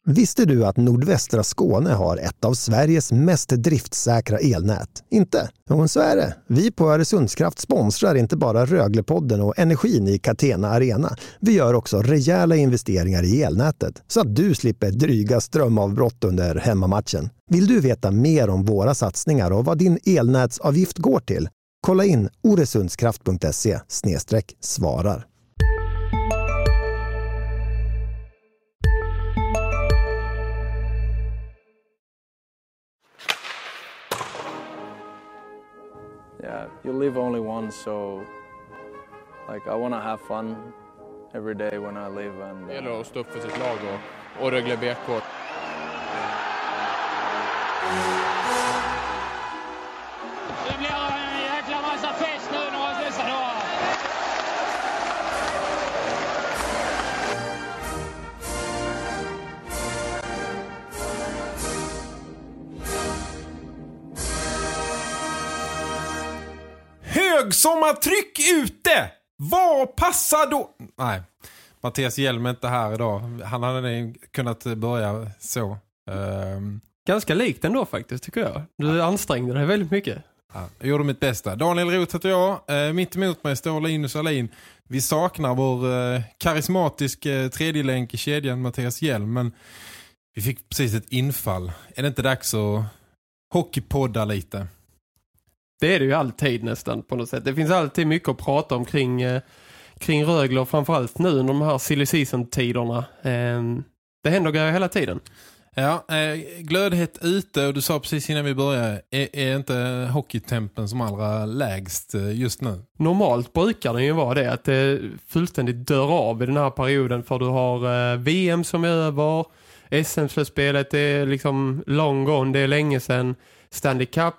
Visste du att nordvästra Skåne har ett av Sveriges mest driftsäkra elnät? Inte? Jo, så är det. Vi på Öresundskraft sponsrar inte bara Röglepodden och energin i Catena Arena. Vi gör också rejäla investeringar i elnätet så att du slipper dryga strömavbrott under hemmamatchen. Vill du veta mer om våra satsningar och vad din elnätsavgift går till? Kolla in oresundskraft.se/svarar. Yeah, you live only once, so like I want to have fun every day when I live. And det gäller att stå upp för sitt lag och Rögle BK. Det blir en jäkla massa fest nu när dessa dagar. Högsommartryck ute! Vad passar då? Nej, Mattias Hjelm är inte här idag. Han hade kunnat börja så. Ganska likt ändå faktiskt, tycker jag. Du ansträngde dig väldigt mycket. Ja, jag gjorde mitt bästa. Daniel Roth heter jag. Mitt emot mig står Linus Alin. Vi saknar vår karismatiska tredje länk i kedjan, Mattias Hjelm. Men vi fick precis ett infall. Är det inte dags att hockeypodda lite? Det är det ju alltid nästan på något sätt. Det finns alltid mycket att prata om kring Rögle och framförallt nu under de här silly season-tiderna. Det händer grejer hela tiden. Ja, glödhet ute och du sa precis innan vi började, är inte hockeytempen som allra lägst just nu? Normalt brukar det ju vara det att det fullständigt dör av i den här perioden, för du har VM som är över, SM-slutspelet är liksom long gone, det är länge sedan. Stanley Cup,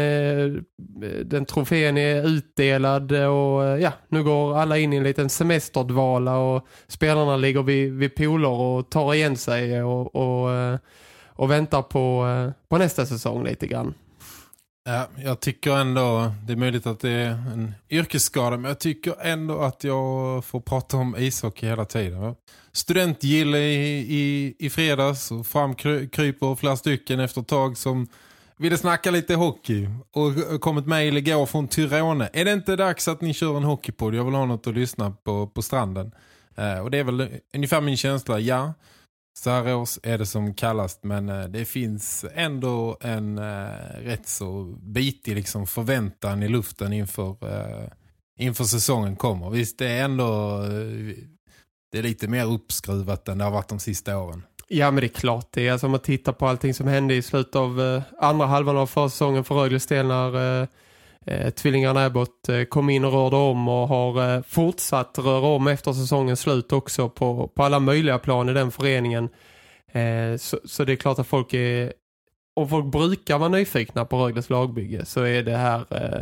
den trofén är utdelad och ja, nu går alla in i en liten semesterdvala och spelarna ligger vid pooler och tar igen sig och väntar på nästa säsong lite grann. Ja, jag tycker ändå, det är möjligt att det är en yrkesskada, men jag tycker ändå att jag får prata om ishockey hela tiden. Studentgille i fredags och framkryper flera stycken efter ett tag som ville snacka lite hockey och kom ett mejl igår från Tyrone. Är det inte dags att ni kör en hockeypodd? Jag vill ha något att lyssna på stranden. Och det är väl ungefär min känsla. Ja, så här års är det som kallast, men det finns ändå en rätt så bitig liksom förväntan i luften inför säsongen kommer. Visst, det är ändå det är lite mer uppskruvat än det har varit de sista åren. Ja, men det är klart det. Alltså om man tittar på allting som hände i slutet av andra halvan av försäsongen för Rögles del när tvillingarna Abbott kom in och rörde om och har fortsatt röra om efter säsongens slut också på alla möjliga plan i den föreningen. Så det är klart att folk brukar vara nyfikna på Rögles lagbygge, så är det här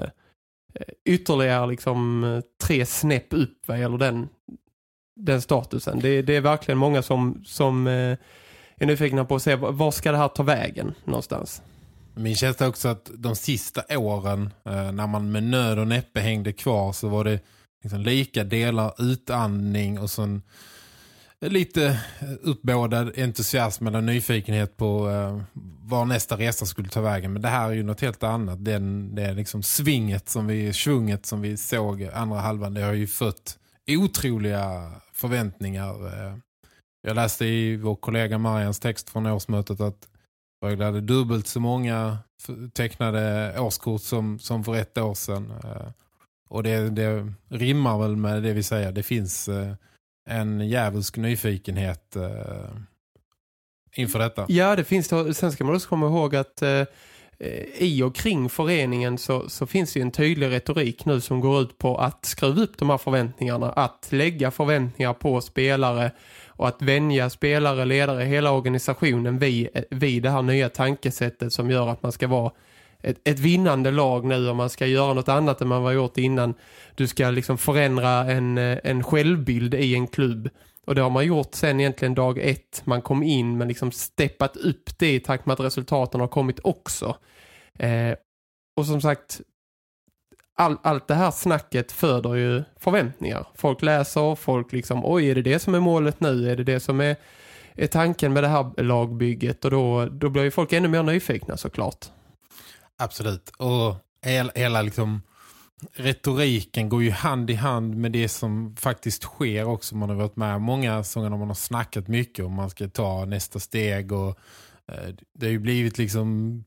ytterligare liksom 3 snäpp upp vad gäller den statusen. Det är verkligen många som är nyfikna på att se var ska det här ta vägen någonstans. Min känsla också att de sista åren när man med nöd och näppe hängde kvar så var det liksom lika delar utandning och sån lite uppbådad entusiasm eller nyfikenhet på var nästa resa skulle ta vägen. Men det här är ju något helt annat. Det är liksom svunget som vi såg andra halvan. Det har ju fått otroliga förväntningar. Jag läste i vår kollega Marians text från årsmötet att Rögle hade dubbelt så många tecknade årskort som för 1 år sedan. Och det rimmar väl med det vi säger. Det finns en djävulsk nyfikenhet inför detta. Ja, det finns det. Sen ska man också komma ihåg att i och kring föreningen så finns det ju en tydlig retorik nu som går ut på att skruva upp de här förväntningarna, att lägga förväntningar på spelare och att vänja spelare, ledare, hela organisationen vid det här nya tankesättet som gör att man ska vara ett vinnande lag nu och man ska göra något annat än man var gjort innan. Du ska liksom förändra en självbild i en klubb. Och det har man gjort sen egentligen dag 1. Man kom in men liksom steppat upp det i takt med att resultaten har kommit också. Och som sagt, allt det här snacket föder ju förväntningar. Folk läser, folk liksom, oj, är det som är målet nu? Är det som är är tanken med det här lagbygget, och då blir ju folk ännu mer nyfikna såklart. Absolut. Och hela liksom retoriken går ju hand i hand med det som faktiskt sker också. Man har varit med många sånger när man har snackat mycket om man ska ta nästa steg, och det har ju blivit liksom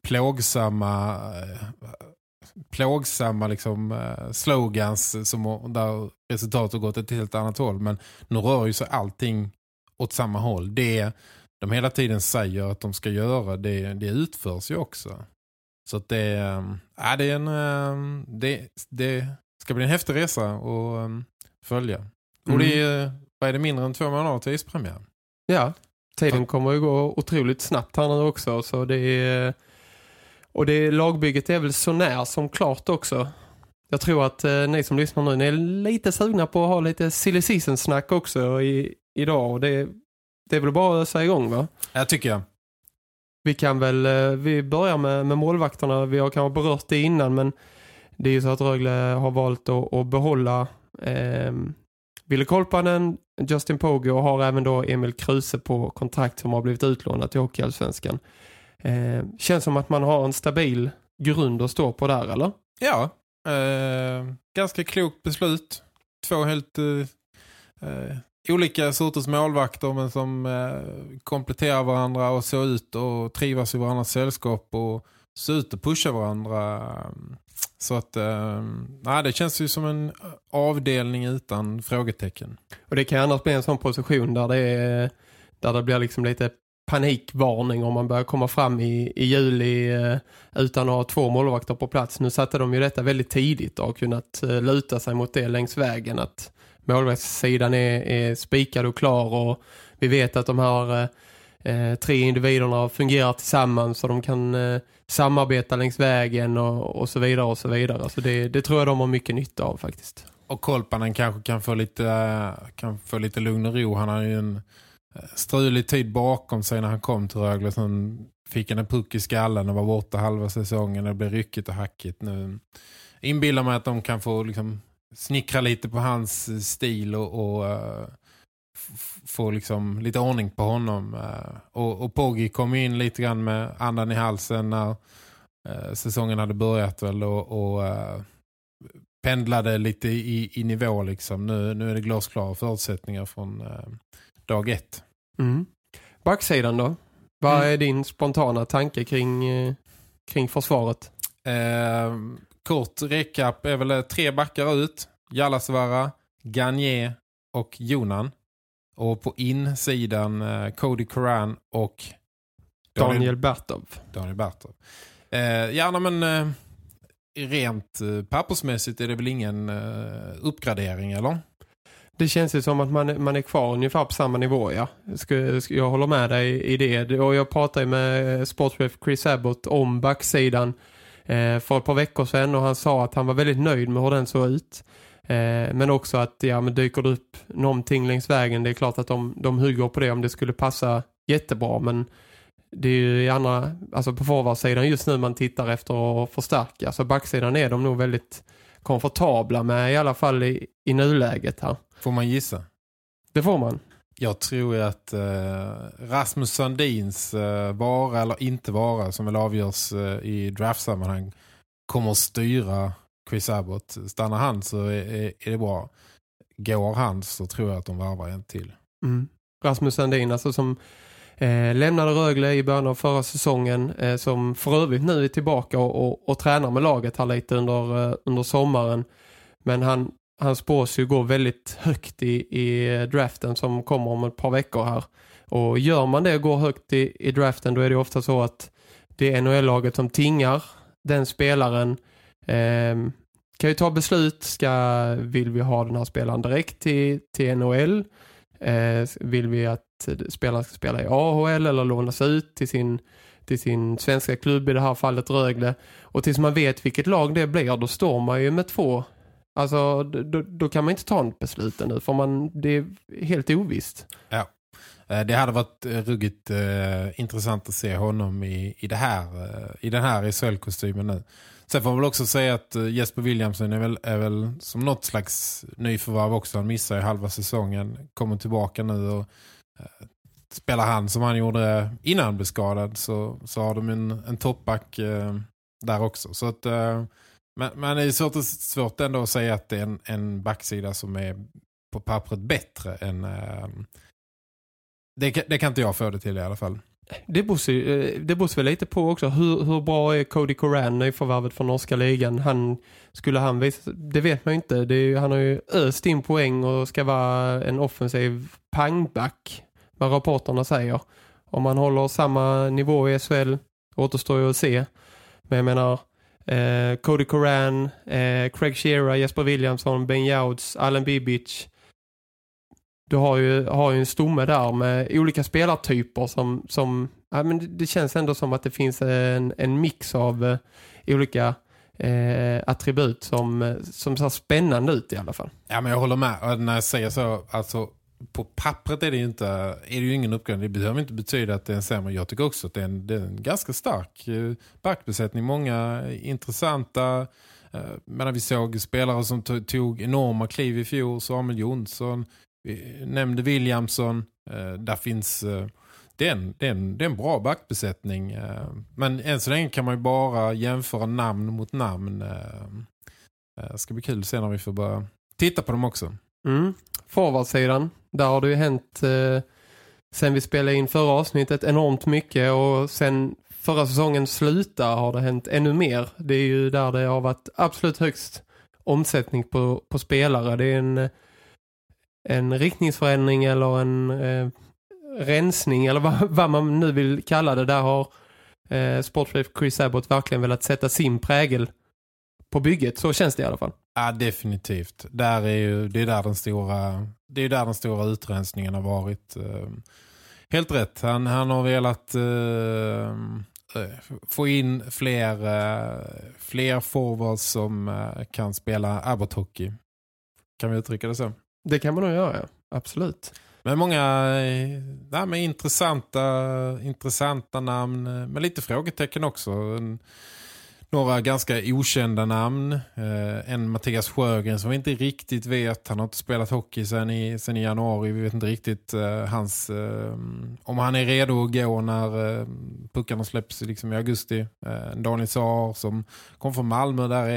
plågsamma liksom, slogans som, där resultatet har gått ett helt annat håll. Men nu rör ju sig allting åt samma håll. Det de hela tiden säger att de ska göra, det utförs ju också. Så att det ska bli en häftig resa att följa. Och vad är det, mindre än 2 månader till ispremiär? Ja, tiden kommer ju gå otroligt snabbt här nu också. Så det lagbygget är väl så när som klart också. Jag tror att ni som lyssnar nu, ni är lite sugna på att ha lite silly season-snack också idag. Och det är väl bara att säga igång, va? Jag tycker jag. Vi börjar med målvakterna. Vi har kanske berört det innan, men det är ju så att Rögle har valt att behålla Ville Kolpanen, Justin Pogge, och har även då Emil Kruse på kontrakt som har blivit utlånat till Hockeyallsvenskan. Känns som att man har en stabil grund att stå på där, eller? Ja, ganska klokt beslut. 2 helt olika sorters målvakter, men som kompletterar varandra och ser ut och trivas i varandras sällskap och ser ut att pusha varandra. Så att det känns ju som en avdelning utan frågetecken. Och det kan annars bli en sån position där det blir liksom lite panikvarning om man börjar komma fram i juli utan att ha 2 målvakter på plats. Nu satte de ju detta väldigt tidigt och har kunnat luta sig mot det längs vägen, att målvaktssidan är spikad och klar, och vi vet att de här 3 individerna fungerar tillsammans så de kan samarbeta längs vägen och så vidare och så vidare. Så det tror jag de har mycket nytta av faktiskt. Och Kolpanen kanske kan få lite lugn och ro. Han har ju en strulig tid bakom sig när han kom till Rögle. Sen fick han en puck i skallen och var borta halva säsongen. Det blev ryckigt och hackigt. Nu inbillar mig att de kan få liksom snickra lite på hans stil och få liksom lite ordning på honom. Och Pogge kom in lite grann med andan i halsen när säsongen hade börjat väl, och pendlade lite i nivå liksom. Nu är det glasklara förutsättningar från dag 1. Backsidan då? Vad är din spontana tanke kring försvaret? Kort recap är väl 3 backar ut. Jallasvara, Gagné och Jonan. Och på insidan Cody Coran och Daniel Bertov. Rent pappersmässigt är det väl ingen uppgradering, eller? Det känns ju som att man är kvar ungefär på samma nivå, ja. Jag håller med dig i det. Och jag pratade med sportchef Chris Abbott om backsidan för ett par veckor sedan, och han sa att han var väldigt nöjd med hur den såg ut. Men också att dyker det upp någonting längs vägen, det är klart att de hugger på det om det skulle passa jättebra, men det är ju på forwardsidan just nu man tittar efter att förstärka. Så backsidan är de nog väldigt komfortabla med, i alla fall i nuläget här. Får man gissa? Det får man. Jag tror att Rasmus Sandins vara eller inte vara, som väl avgörs i draftsammanhang, kommer att styra Chris Abbott. Stannar han så är det bra. Går han så tror jag att de varvar en till. Rasmus Sandin, alltså som lämnade Rögle i början av förra säsongen, som för övrigt nu är tillbaka och tränar med laget här lite under sommaren. Men han spås ju gå väldigt högt i draften som kommer om ett par veckor här. Och gör man det och går högt i draften, då är det ofta så att det är NHL-laget som tingar den spelaren. Kan ju ta beslut. Vill vi ha den här spelaren direkt till NHL? Vill vi att spelaren ska spela i AHL eller lånas ut till sin svenska klubb, i det här fallet Rögle? Och tills man vet vilket lag det blir, då står man ju med 2. Alltså, då kan man inte ta ett beslut nu, för det är helt ovisst. Ja. Det hade varit ruggigt intressant att se honom i den här SHL-kostymen nu. Sen får man väl också säga att Jesper Williamson är väl som något slags nyförvärv också. Han missar ju halva säsongen, kommer tillbaka nu och spelar han som han gjorde innan han blev skadad så har de en toppback där också. Så att, men det är svårt ändå att säga att det är en backsida som är på pappret bättre än... Det kan inte jag få det till i alla fall. Det beror väl lite på också. Hur bra är Cody Coran i förvärvet från norska ligan? Skulle han visa... Det vet man ju inte. Han har ju öst in poäng och ska vara en offensiv pangback. Vad rapporterna säger. Om man håller samma nivå i SHL återstår ju att se. Men jag menar... Cody Coran, Craig Shearer, Jesper Williamson, Ben Jouds, Allen Bibic. Du har ju en stomme där med olika spelartyper som ja, men det känns ändå som att det finns en mix av olika attribut som ser spännande ut i alla fall. Ja, men jag håller med. Och när jag säger så, alltså på pappret är det ju ingen uppgång. Det behöver inte betyda att det är en sämre. Jag tycker också att det är en ganska stark backbesättning. Många intressanta. Men vi såg spelare som tog enorma kliv i fjol. Samuel Jonsson, vi nämnde Williamson. Där finns... Det är en bra backbesättning. Men än så länge kan man ju bara jämföra namn mot namn. Det ska bli kul sen när vi får börja titta på dem också. Forwardsidan, där har det ju hänt sen vi spelade in förra avsnittet enormt mycket, och sen förra säsongen sluta har det hänt ännu mer. Det är ju där det har varit absolut högst omsättning på spelare. Det är en riktningsförändring eller en rensning eller vad man nu vill kalla det. Där har sportchef Chris Abbott verkligen velat sätta sin prägel på bygget. Så känns det i alla fall. Ja, definitivt. Det är där den stora utrensningen har varit. Helt rätt. Han har velat få in fler forwards som kan spela Abbott-hockey. Kan vi uttrycka det så? Det kan man nog göra, ja. Absolut. Men många med intressanta namn, med lite frågetecken också. Några ganska okända namn. En Mattias Sjögren som vi inte riktigt vet. Han har inte spelat hockey sen i januari. Vi vet inte riktigt om han är redo att gå när puckarna släpps liksom i augusti. Daniel Saar som kom från Malmö. Där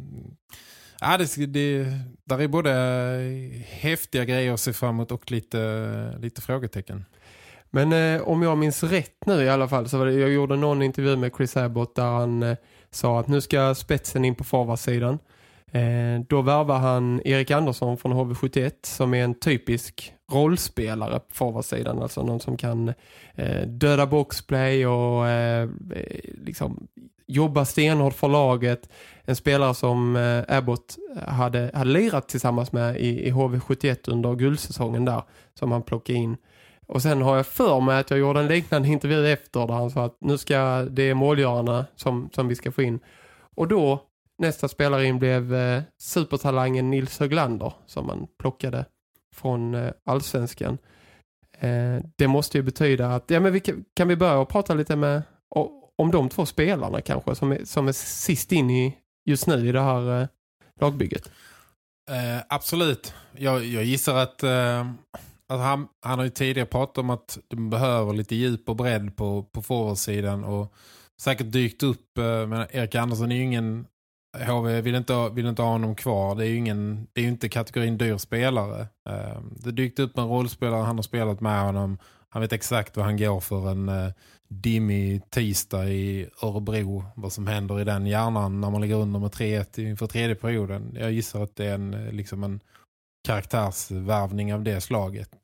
är både häftiga grejer att se fram emot och lite frågetecken. Men om jag minns rätt nu i alla fall, så var det, jag gjorde någon intervju med Chris Abbott där han sa att nu ska spetsen in på forwardsidan. Då värvar han Erik Andersson från HV71 som är en typisk rollspelare på forwardsidan. Alltså någon som kan döda boxplay och liksom jobba stenhårt för laget. En spelare som Abbott hade lirat tillsammans med i HV71 under guldsäsongen där, som han plockade in. Och sen har jag för mig att jag gjorde en liknande intervju efter där han sa att nu ska det är målgörarna som vi ska få in. Och då nästa spelare in blev supertalangen Nils Höglander som man plockade från Allsvenskan. Det måste ju betyda att men kan vi börja prata lite om de två spelarna kanske som är sist in i just nu i det här lagbygget. Absolut. Jag gissar att han har ju tidigare pratat om att de behöver lite djup och bredd på forwardsidan och säkert dykt upp. Men Erik Andersson är ju ingen... HV vill inte ha honom kvar. Det är ju inte kategorin dyr spelare. Det dykt upp en rollspelare, han har spelat med honom. Han vet exakt vad han går för en dimmig tisdag i Örebro. Vad som händer i den hjärnan när man ligger under med 3-1 inför tredje perioden. Jag gissar att det är en karaktärsvärvning av det slaget.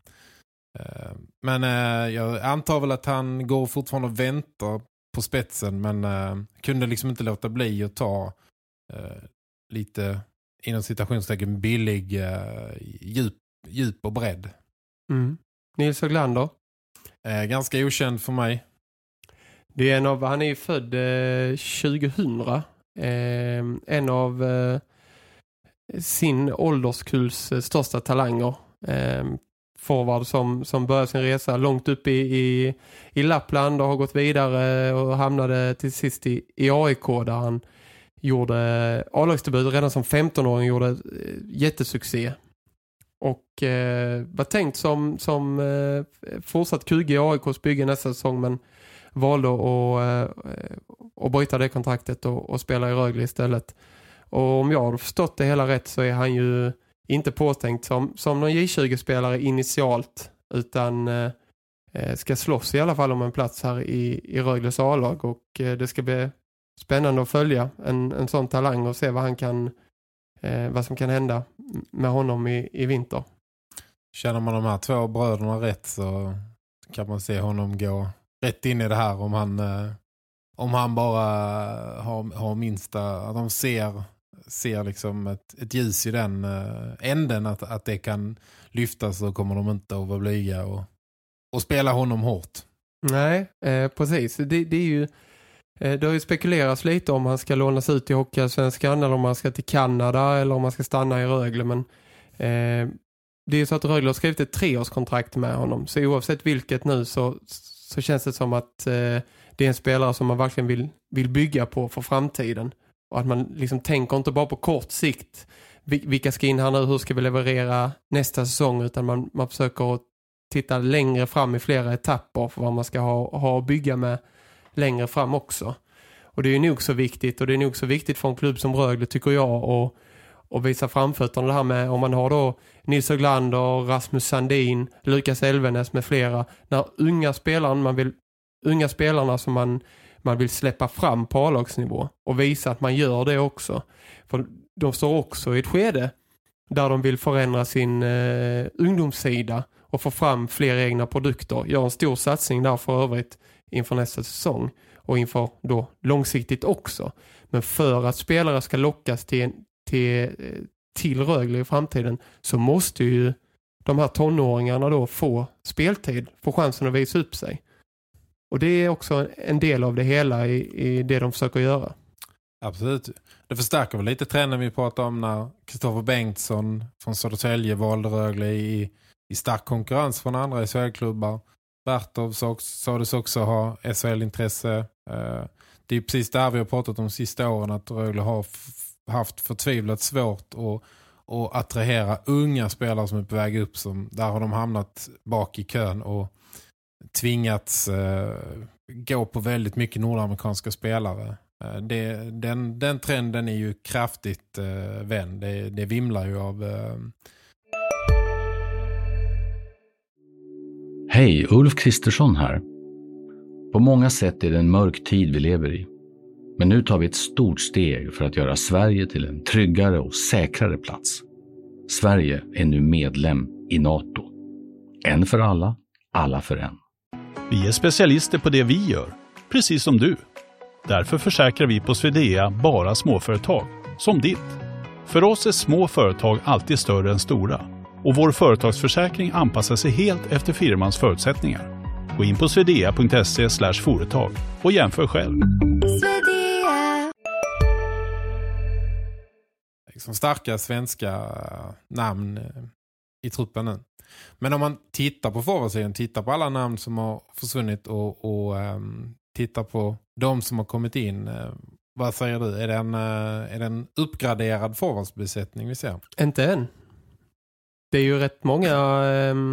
Men jag antar väl att han går fortfarande och väntar på spetsen, men kunde liksom inte låta bli att ta lite inom citationstecken billig djup och bredd. Nils Höglander? Ganska okänd för mig. Det är han är ju född 2000. En av sin ålderskulls största talanger. Forward som började sin resa långt upp i Lappland och har gått vidare och hamnade till sist i AIK där han gjorde A-lagsdebut redan som 15-åring, gjorde jättesuccé. och var tänkt som fortsatt QG i AIKs bygge nästa säsong, men valde att bryta det kontraktet och spela i Rögle istället. Och om jag har förstått det hela rätt så är han ju inte påtänkt som någon J20-spelare initialt, utan ska slåss i alla fall om en plats här i Rögles A-lag, och det ska bli spännande att följa en sån talang och se vad som kan hända med honom i vinter. Känner man de här två bröderna rätt så kan man se honom gå rätt in i det här om han bara har minsta, att de ser liksom ett ljus i den änden att det kan lyftas, så kommer de inte att vara blyga och spela honom hårt. Nej, precis. Det är ju det har ju spekulerats lite om han ska lånas ut till Hockeyallsvenskan eller om han ska till Kanada eller om han ska stanna i Rögle, men det är ju så att Rögle har skrivit ett 3-årskontrakt med honom, så oavsett vilket nu så känns det som att det är en spelare som man verkligen vill bygga på för framtiden, och att man liksom tänker inte bara på kort sikt vilka ska in här nu, hur ska vi leverera nästa säsong, utan man försöker att titta längre fram i flera etapper för vad man ska ha att bygga med längre fram också. Och det är ju nog så viktigt, och det är nog så viktigt för en klubb som Rögle, tycker jag, och visa framfötterna det här med, om man har då Nils Höglander, Rasmus Sandin, Lukas Elvenes med flera, när unga spelarna som man vill släppa fram på A-lagsnivå och visa att man gör det också. För de står också i ett skede där de vill förändra sin ungdomssida och få fram fler egna produkter. Gör en stor satsning där för övrigt inför nästa säsong och inför då långsiktigt också. Men för att spelare ska lockas till Rögle i framtiden så måste ju de här tonåringarna då få speltid, få chansen att visa upp sig. Och det är också en del av det hela i det de försöker göra. Absolut. Det förstärker väl lite trenden vi pratade om när Kristoffer Bengtsson från Södertälje valde Rögle i stark konkurrens från andra SHL-klubbar. Bertov sades också ha SHL-intresse. Det är precis där vi har pratat om de sista åren, att Rögle har haft förtvivlat svårt att attrahera unga spelare som är på väg upp. Där har de hamnat bak i kön och tvingats gå på väldigt mycket nordamerikanska spelare. Den trenden är ju kraftigt vänd. Det vimlar ju av... Hej, Ulf Kristersson här. På många sätt är det en mörk tid vi lever i. Men nu tar vi ett stort steg för att göra Sverige till en tryggare och säkrare plats. Sverige är nu medlem i NATO. En för alla, alla för en. Vi är specialister på det vi gör, precis som du. Därför försäkrar vi på Swedea bara småföretag, som ditt. För oss är små företag alltid större än stora. Och vår företagsförsäkring anpassar sig helt efter firmans förutsättningar. Gå in på swedea.se/företag och jämför själv. Liksom starka svenska namn i truppen nu. Men om man tittar på forwardsidan, tittar på alla namn som har försvunnit och tittar på de som har kommit in, vad säger du? Är det en uppgraderad forwardsbesättning vi ser? Inte än. Det är ju rätt många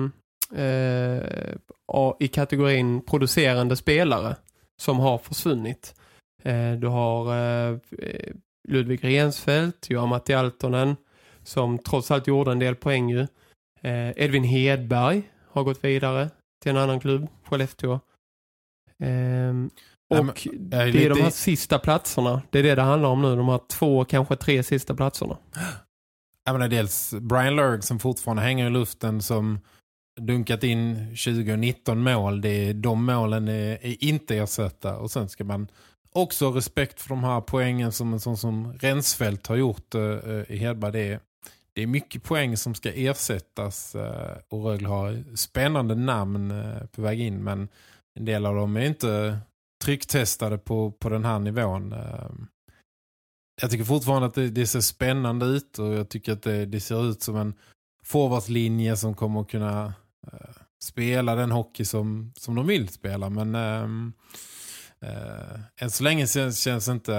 i kategorin producerande spelare som har försvunnit. Du har Ludvig Rensfeldt, Johan Matti Altonen, som trots allt gjorde en del poäng ju. Edvin Hedberg har gått vidare till en annan klubb, Skellefteå. Och det är de här sista platserna. Det är det handlar om nu. De här 2, kanske 3 sista platserna. Jag menar dels Brian Lurg som fortfarande hänger i luften, som dunkat in 2019 mål. De målen är inte ersatta. Och sen ska man också ha respekt för de här poängen som en sån som Rensfeldt har gjort i Hedberg. Det är mycket poäng som ska ersättas, och Rögle har spännande namn på väg in, men en del av dem är inte trycktestade på den här nivån. Jag tycker fortfarande att det ser spännande ut, och jag tycker att det ser ut som en forwardslinje som kommer att kunna spela den hockey som de vill spela, men än så länge känns inte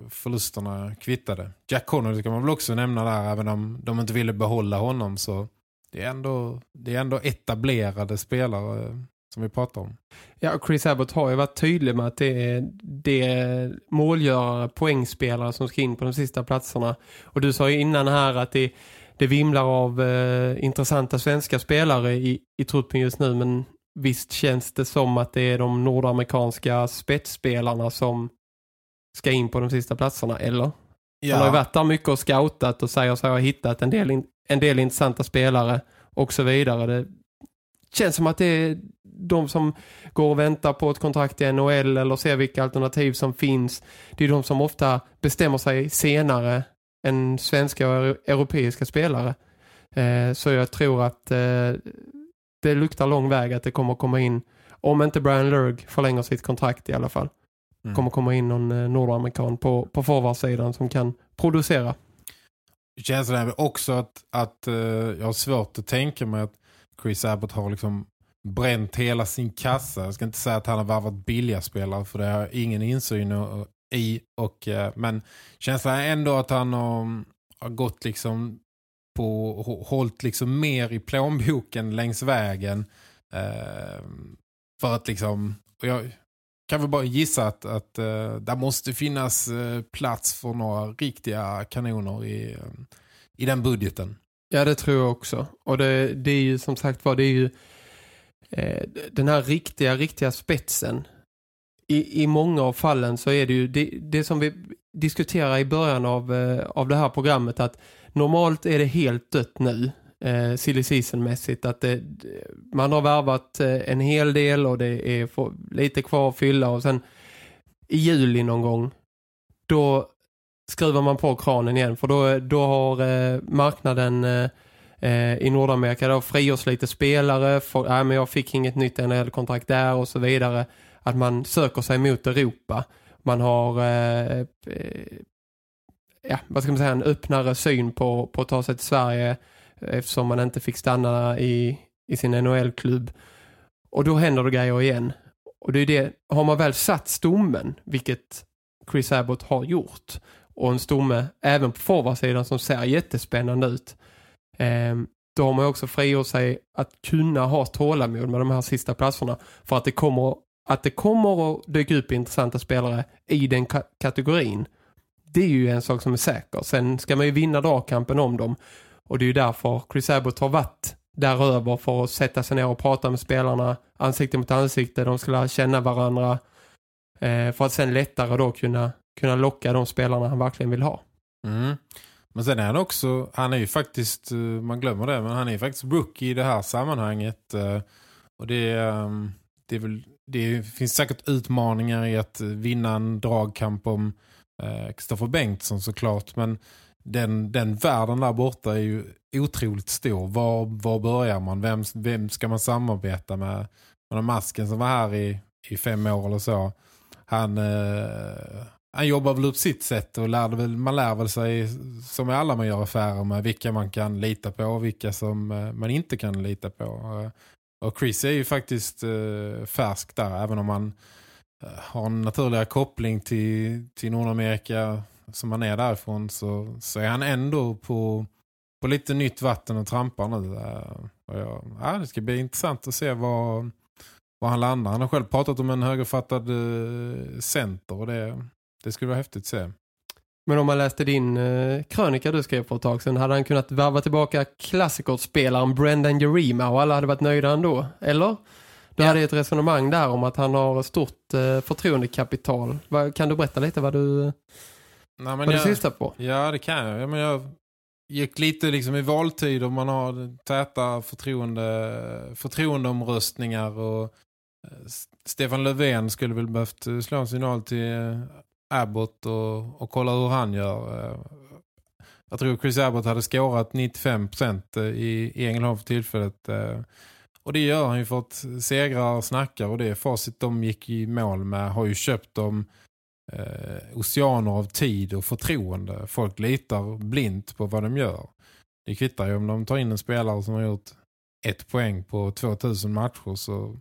förlusterna kvittade. Jack Connolly kan man väl också nämna där, även om de inte ville behålla honom, så det är ändå etablerade spelare som vi pratar om. Ja, Chris Abbott har ju varit tydlig med att det är målgörare, poängspelare som ska in på de sista platserna. Och du sa ju innan här att det vimlar av intressanta svenska spelare i truppen just nu, men visst känns det som att det är de nordamerikanska spetsspelarna som ska in på de sista platserna, eller? Ja. Han har ju varit där mycket och scoutat och säger sig ha hittat en del intressanta spelare och så vidare. Det känns som att det är de som går och väntar på ett kontrakt i NHL eller ser vilka alternativ som finns. Det är de som ofta bestämmer sig senare än svenska och europeiska spelare. Så jag tror att det luktar lång väg att det kommer komma in, om inte Brian Lurg förlänger sitt kontrakt i alla fall. Kommer komma in någon nordamerikan på forwardsidan som kan producera. Det känns det också att jag har svårt att tänka mig att Chris Abbott har liksom bränt hela sin kassa. Jag ska inte säga att han har varvat billiga spelare, för det har jag ingen insyn i. Men känslan är ändå att han har gått liksom hållit liksom mer i plånboken längs vägen. För att liksom... Och jag kan väl bara gissa att där måste finnas plats för några riktiga kanoner i den budgeten. Ja, det tror jag också. Och det är ju som sagt det är ju den här riktiga spetsen. I många av fallen så är det ju det som vi diskuterar i början av det här programmet, att normalt är det helt dött nu, silly season-mässigt, att man har värvat en hel del och det är lite kvar att fylla, och sen i juli någon gång då skruvar man på kranen igen, för då har marknaden i Nordamerika då frigörs lite spelare för, men jag fick inget nytt NHL-kontrakt där och så vidare, att man söker sig mot Europa. Man har vad ska man säga, en öppnare syn på att ta sig till Sverige, eftersom man inte fick stanna i sin NHL-klubb. Och då händer det grejer igen. Och det är det, har man väl satt stommen, vilket Chris Abbott har gjort, och en stomme även på forwardsidan som ser jättespännande ut, då har man också frigjort sig att kunna ha tålamod med de här sista platserna, för att det kommer att dyka upp intressanta spelare i den kategorin. Det är ju en sak som är säker. Sen ska man ju vinna dragkampen om dem. Och det är ju därför Chris Abbott har varit däröver, för att sätta sig ner och prata med spelarna ansikte mot ansikte. De ska lära känna varandra, för att sen lättare då kunna locka de spelarna han verkligen vill ha. Mm. Men sen är han också, han är ju faktiskt, man glömmer det, men han är ju faktiskt rookie i det här sammanhanget. Och det finns säkert utmaningar i att vinna en dragkamp om Kristoffer Bengtsson såklart, men den världen där borta är ju otroligt stor. Var börjar man? Vem ska man samarbeta med? Den masken som var här i 5 år eller så, han jobbar väl upp sitt sätt och man lär väl sig, som med alla man gör affärer med, vilka man kan lita på och vilka som man inte kan lita på. Och Chris är ju faktiskt färsk där, även om man har en naturligare koppling till Nordamerika som han är därifrån, så är han ändå på lite nytt vatten och trampar nu. Det ska bli intressant att se var han landar. Han har själv pratat om en högerfattad center, och det skulle vara häftigt att se. Men om man läste din krönika du skrev för ett tag sedan, hade han kunnat värva tillbaka klassikerspelaren Brendan Jerima och alla hade varit nöjda ändå, eller? Du hade ett resonemang där om att han har stort förtroendekapital. Kan du berätta lite vad du syftar på? Ja, det kan jag. Jag gick lite liksom i valtid, och man har täta förtroendeomröstningar, och Stefan Löfven skulle väl behövt slå en signal till Abbott och kolla hur han gör. Jag tror Chris Abbott hade skårat 95% i Ängelholm för tillfället. Och det gör han ju för att segrar och snackar, och det är facit de gick i mål med. Har ju köpt dem oceaner av tid och förtroende. Folk litar blint på vad de gör. Det kvittar ju om de tar in en spelare som har gjort 1 poäng på 2000 matcher, så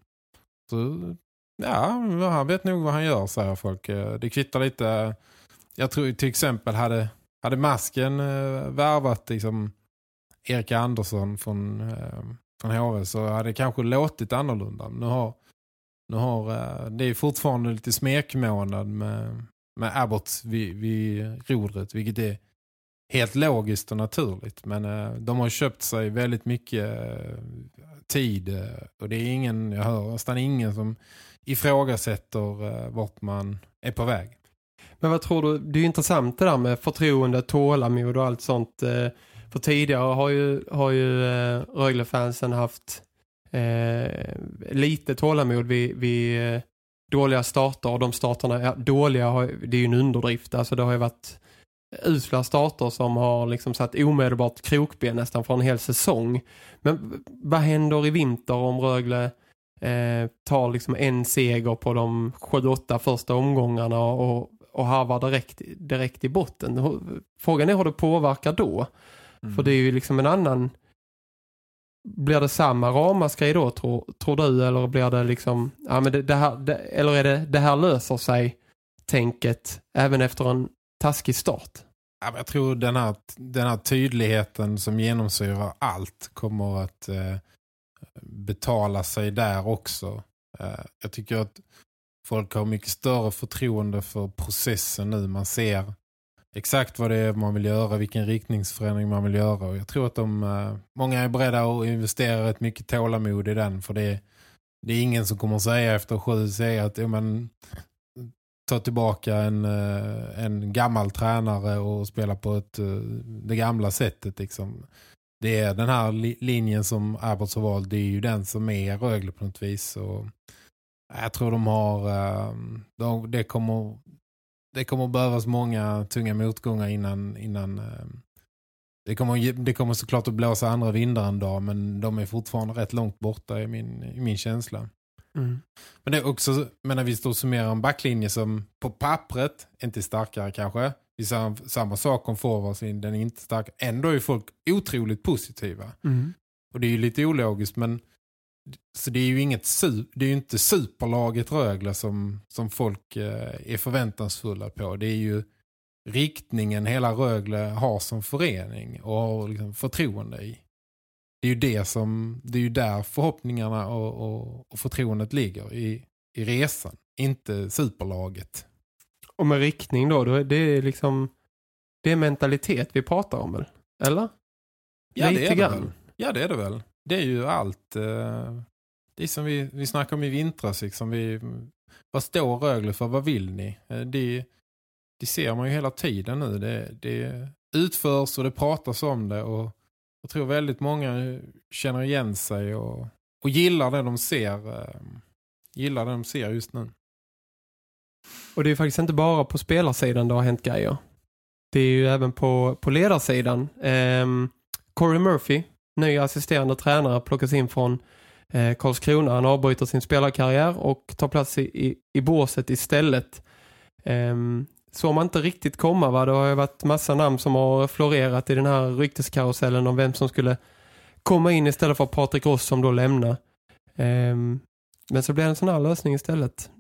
han vet nog vad han gör, säger folk. Det kvittar lite. Jag tror till exempel hade masken värvat liksom Erik Andersson från HV så hade det kanske låtit annorlunda. Nu har det är fortfarande lite smekmånad med Abbott vid rodret, vilket är helt logiskt och naturligt. Men de har köpt sig väldigt mycket tid och det är jag hör nästan ingen som ifrågasätter vart man är på väg. Men vad tror du, det är ju intressant det där med förtroende, tålamod och allt sånt. För tidigare har ju Rögle-fansen haft lite tålamod vid dåliga starter. Och de starterna dåliga, det är ju en underdrift. Alltså det har ju varit usla starter som har liksom satt omedelbart krokben nästan för en hel säsong. Men vad händer i vinter om Rögle tar liksom en seger på de 7-8 första omgångarna och harvar direkt i botten? Frågan är hur det påverkar då. För det är ju liksom en annan... Blir det samma ramaskri då, tror du? Eller blir det liksom... Ja, men eller är det här löser sig tänket även efter en taskig start? Ja, jag tror den här tydligheten som genomsyrar allt kommer att betala sig där också. Jag tycker att folk har mycket större förtroende för processen nu. Man ser exakt vad det är man vill göra, vilken riktningsförändring man vill göra. Och jag tror att många är beredda att investera ett mycket tålamod i den. För det är ingen som kommer att säga efter 7 säga att ta tillbaka en gammal tränare och spela på det gamla sättet. Liksom. Det är den här linjen som Abbott har valt, det är ju den som är Rögle på något vis. Och jag tror de har... Det kommer att behövas många tunga motgångar innan det kommer såklart att blåsa andra vindar en dag, men de är fortfarande rätt långt borta i min känsla. Mm. Men det är också, när vi står och summerar en backlinje som på pappret inte är starkare kanske. Vi säger samma sak om forwards, den är inte stark. Ändå är folk otroligt positiva. Mm. Och det är ju lite ologiskt, men så det är ju det är ju inte superlaget Rögle som folk är förväntansfulla på. Det är ju riktningen hela Rögle har som förening och har liksom förtroende i. Det är ju där förhoppningarna och förtroendet ligger i resan, inte superlaget. Och med riktning då det är liksom det är mentalitet vi pratar om, eller? Ja, det är det väl. Ja, det är det väl. Det är ju allt. Det är som vi snackar om i vintras. Liksom. Vad står Rögle för? Vad vill ni? Det ser man ju hela tiden nu. Det utförs och det pratas om det. Och jag tror väldigt många känner igen sig och gillar det de ser. Gillar det de ser just nu. Och det är faktiskt inte bara på spelarsidan det har hänt grejer. Det är ju även på ledarsidan. Corey Murphy, ny assisterande tränare, plockas in från Karlskrona. Han avbryter sin spelarkarriär och tar plats i båset istället. Så man inte riktigt komma, va? Det har ju varit massa namn som har florerat i den här rykteskarusellen om vem som skulle komma in istället för Patrik Ross som då lämnar. Men så blev det en sån här lösning istället.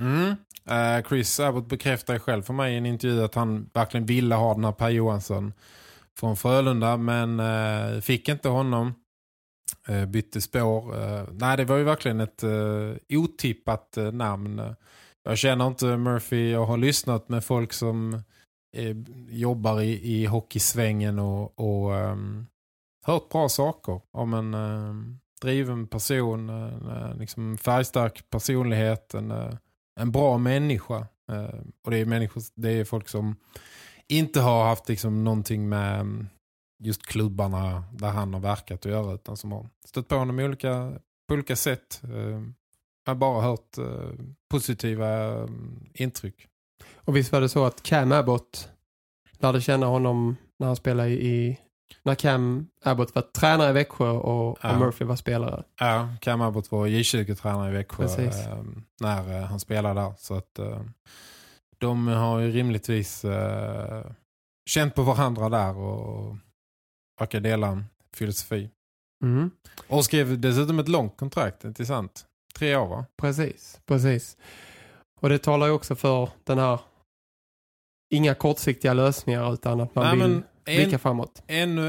Chris Abbott bekräftar själv för mig i en intervju att han verkligen ville ha den här Per Johansson från Frölunda, men fick inte honom. Bytte spår. Nej, det var ju verkligen ett otippat namn. Jag känner inte Murphy. Jag har lyssnat med folk som jobbar i hockeysvängen och hört bra saker om en driven person, liksom färgstark personlighet, en bra människa. Och det är folk som inte har haft liksom någonting med just klubbarna där han har verkat att göra, utan som har stött på honom på olika sätt. Jag har bara hört positiva intryck. Och visst var det så att Cam Abbott lärde känna honom när han spelade när Cam Abbott var tränare i Växjö och Murphy var spelare. Ja, Cam Abbott var J20-tränare i Växjö när han spelade där. Så att de har ju rimligtvis känt på varandra där och verkar dela en filosofi. Mm. Och skrev dessutom ett långt kontrakt, inte sant? 3 år, va? Precis. Och det talar ju också för den här inga kortsiktiga lösningar utan att man blicka framåt. Ännu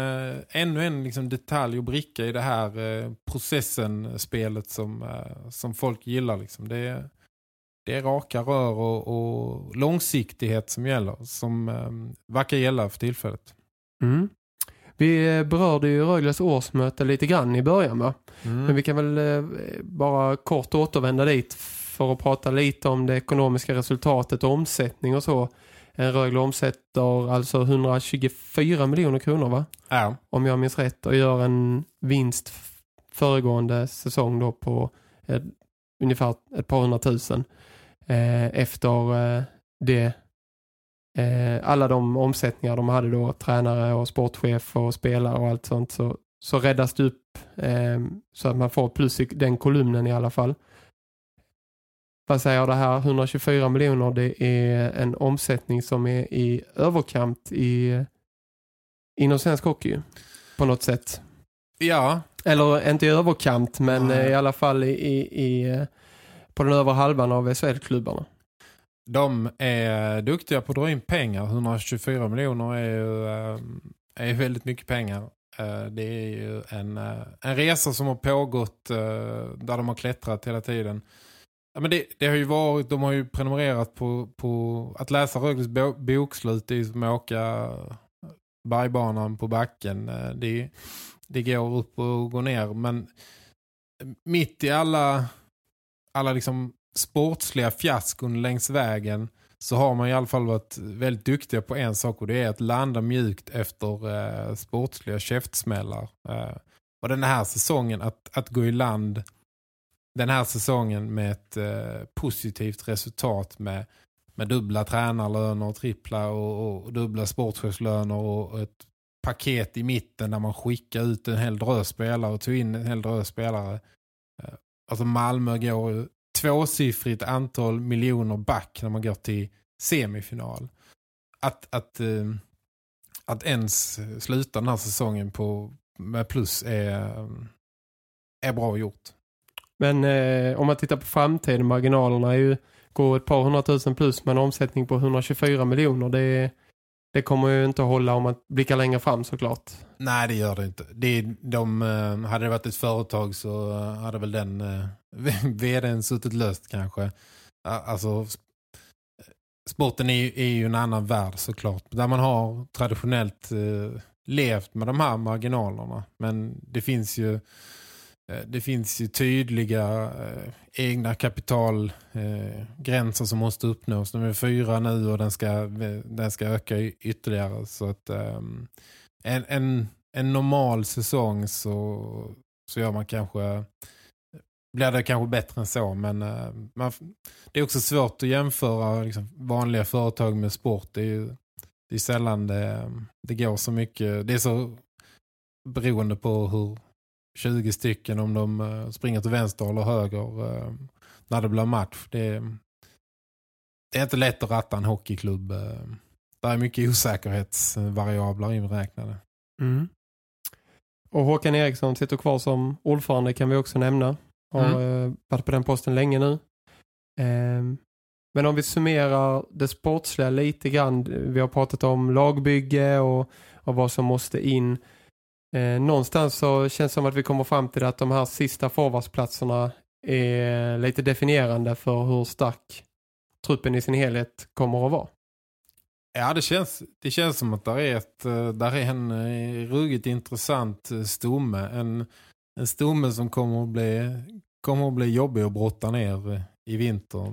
en liksom detalj och bricka i det här processen-spelet som folk gillar. Liksom. Det är raka rör och långsiktighet som gäller, som verkar gälla för tillfället. Mm. Vi berörde ju Rögles årsmöte lite grann i början, va? Men vi kan väl bara kort återvända dit för att prata lite om det ekonomiska resultatet och omsättning och så. Rögle omsätter alltså 124 miljoner kronor, va? Ja. Om jag minns rätt, och gör en vinst föregående säsong då på ungefär ett par 100 000 efter det alla de omsättningar de hade då, tränare och sportchef och spelare och allt sånt, så räddas det upp så att man får plus i den kolumnen i alla fall. Vad säger jag det här? 124 miljoner, det är en omsättning som är i överkant inom svensk hockey på något sätt. Ja. Eller inte i överkant, men i alla fall på den övre halvan av SHL-klubbarna. De är duktiga på att dra in pengar. 124 miljoner är väldigt mycket pengar. Det är ju en resa som har pågått där de har klättrat hela tiden. Ja, men det har ju varit, de har ju prenumererat på att läsa Rögles bokslut i som åka bergbanan på backen. Det går upp och går ner, men mitt i alla liksom sportsliga fiaskon längs vägen så har man i alla fall varit väldigt duktiga på en sak, och det är att landa mjukt efter sportsliga käftsmällar. Och den här säsongen att gå i land den här säsongen med ett positivt resultat med dubbla tränarlöner och trippla och dubbla sportchefslöner och ett paket i mitten där man skickar ut en hel drös spelare och tog in en hel drös spelare. Alltså Malmö går tvåsiffrigt antal miljoner back när man går till semifinal. Att ens sluta den här säsongen med plus är bra gjort. Men om man tittar på framtiden, marginalerna går ett par 100 000 plus med en omsättning på 124 miljoner. Det kommer ju inte att hålla om man blickar längre fram såklart. Nej, det gör det inte. Hade det varit ett företag så hade väl den vdn suttit löst kanske. Alltså sporten är ju en annan värld såklart. Där man har traditionellt levt med de här marginalerna. Men det finns ju tydliga egna kapitalgränser som måste uppnås. De är 4 nu och den ska öka ytterligare. Så att en normal säsong så gör man blir det kanske bättre än så. Men det är också svårt att jämföra liksom, vanliga företag med sport. Det är sällan det går så mycket. Det är så beroende på hur 20 stycken om de springer till vänster eller höger när det blir match. Det är inte lätt att ratta en hockeyklubb. Det är mycket osäkerhetsvariabler inräknade. Mm. Och Håkan Eriksson sitter kvar som ordförande, kan vi också nämna. Har varit på den posten länge nu. Men om vi summerar det sportsliga lite grann. Vi har pratat om lagbygge och vad som måste in. Någonstans så känns det som att vi kommer fram till att de här sista forwardsplatserna är lite definierande för hur stark truppen i sin helhet kommer att vara. Ja, det känns som att där är en ruggigt intressant stomme. En stomme som kommer att bli jobbig att brotta ner i vinter.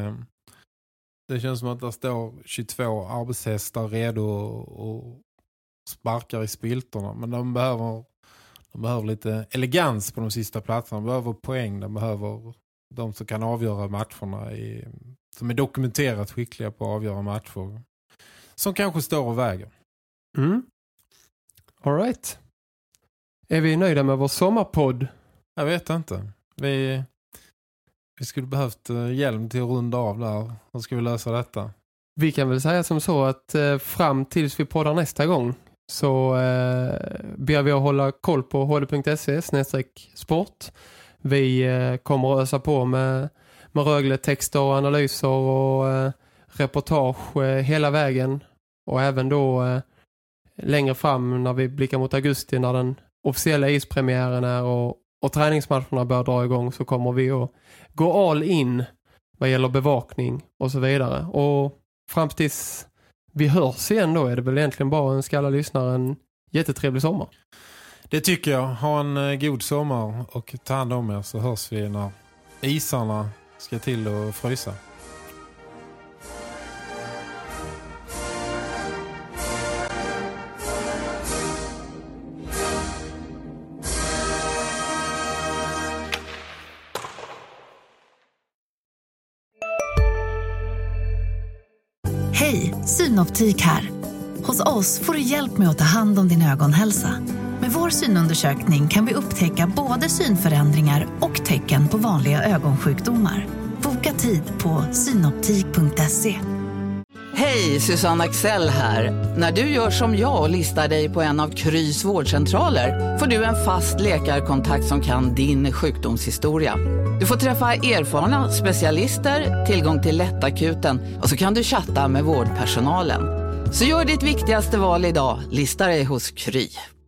Det känns som att där står 22 arbetshästar redo och sparkar i spiltorna. Men de behöver lite elegans på de sista platserna. De behöver poäng. De behöver de som kan avgöra matcherna. Som är dokumenterat skickliga på att avgöra matcher. Som kanske står och väger. Mm. All right. Är vi nöjda med vår sommarpodd? Jag vet inte. Vi skulle behövt hjälp till att runda av där. Hur ska vi lösa detta? Vi kan väl säga som så att fram tills vi poddar nästa gång så ber vi att hålla koll på hd.se/sport. Vi kommer att ösa på med Rögle texter och analyser och reportage hela vägen. Och även då längre fram när vi blickar mot augusti, när den officiella ispremiären är och träningsmatcherna börjar dra igång, så kommer vi att gå all in vad gäller bevakning och så vidare. Och fram tills vi hörs igen då är det väl egentligen bara en skalla lyssnare en jättetrevlig sommar. Det tycker jag. Ha en god sommar och ta hand om er, så hörs vi när isarna ska till och frysa. Hej, Synoptik här. Hos oss får du hjälp med att ta hand om din ögonhälsa. Med vår synundersökning kan vi upptäcka både synförändringar och tecken på vanliga ögonsjukdomar. Boka tid på synoptik.se. Hej, Susanne Axel här. När du gör som jag och listar dig på en av Krys vårdcentraler får du en fast läkarkontakt som kan din sjukdomshistoria. Du får träffa erfarna specialister, tillgång till lättakuten och så kan du chatta med vårdpersonalen. Så gör ditt viktigaste val idag, listar dig hos Kry.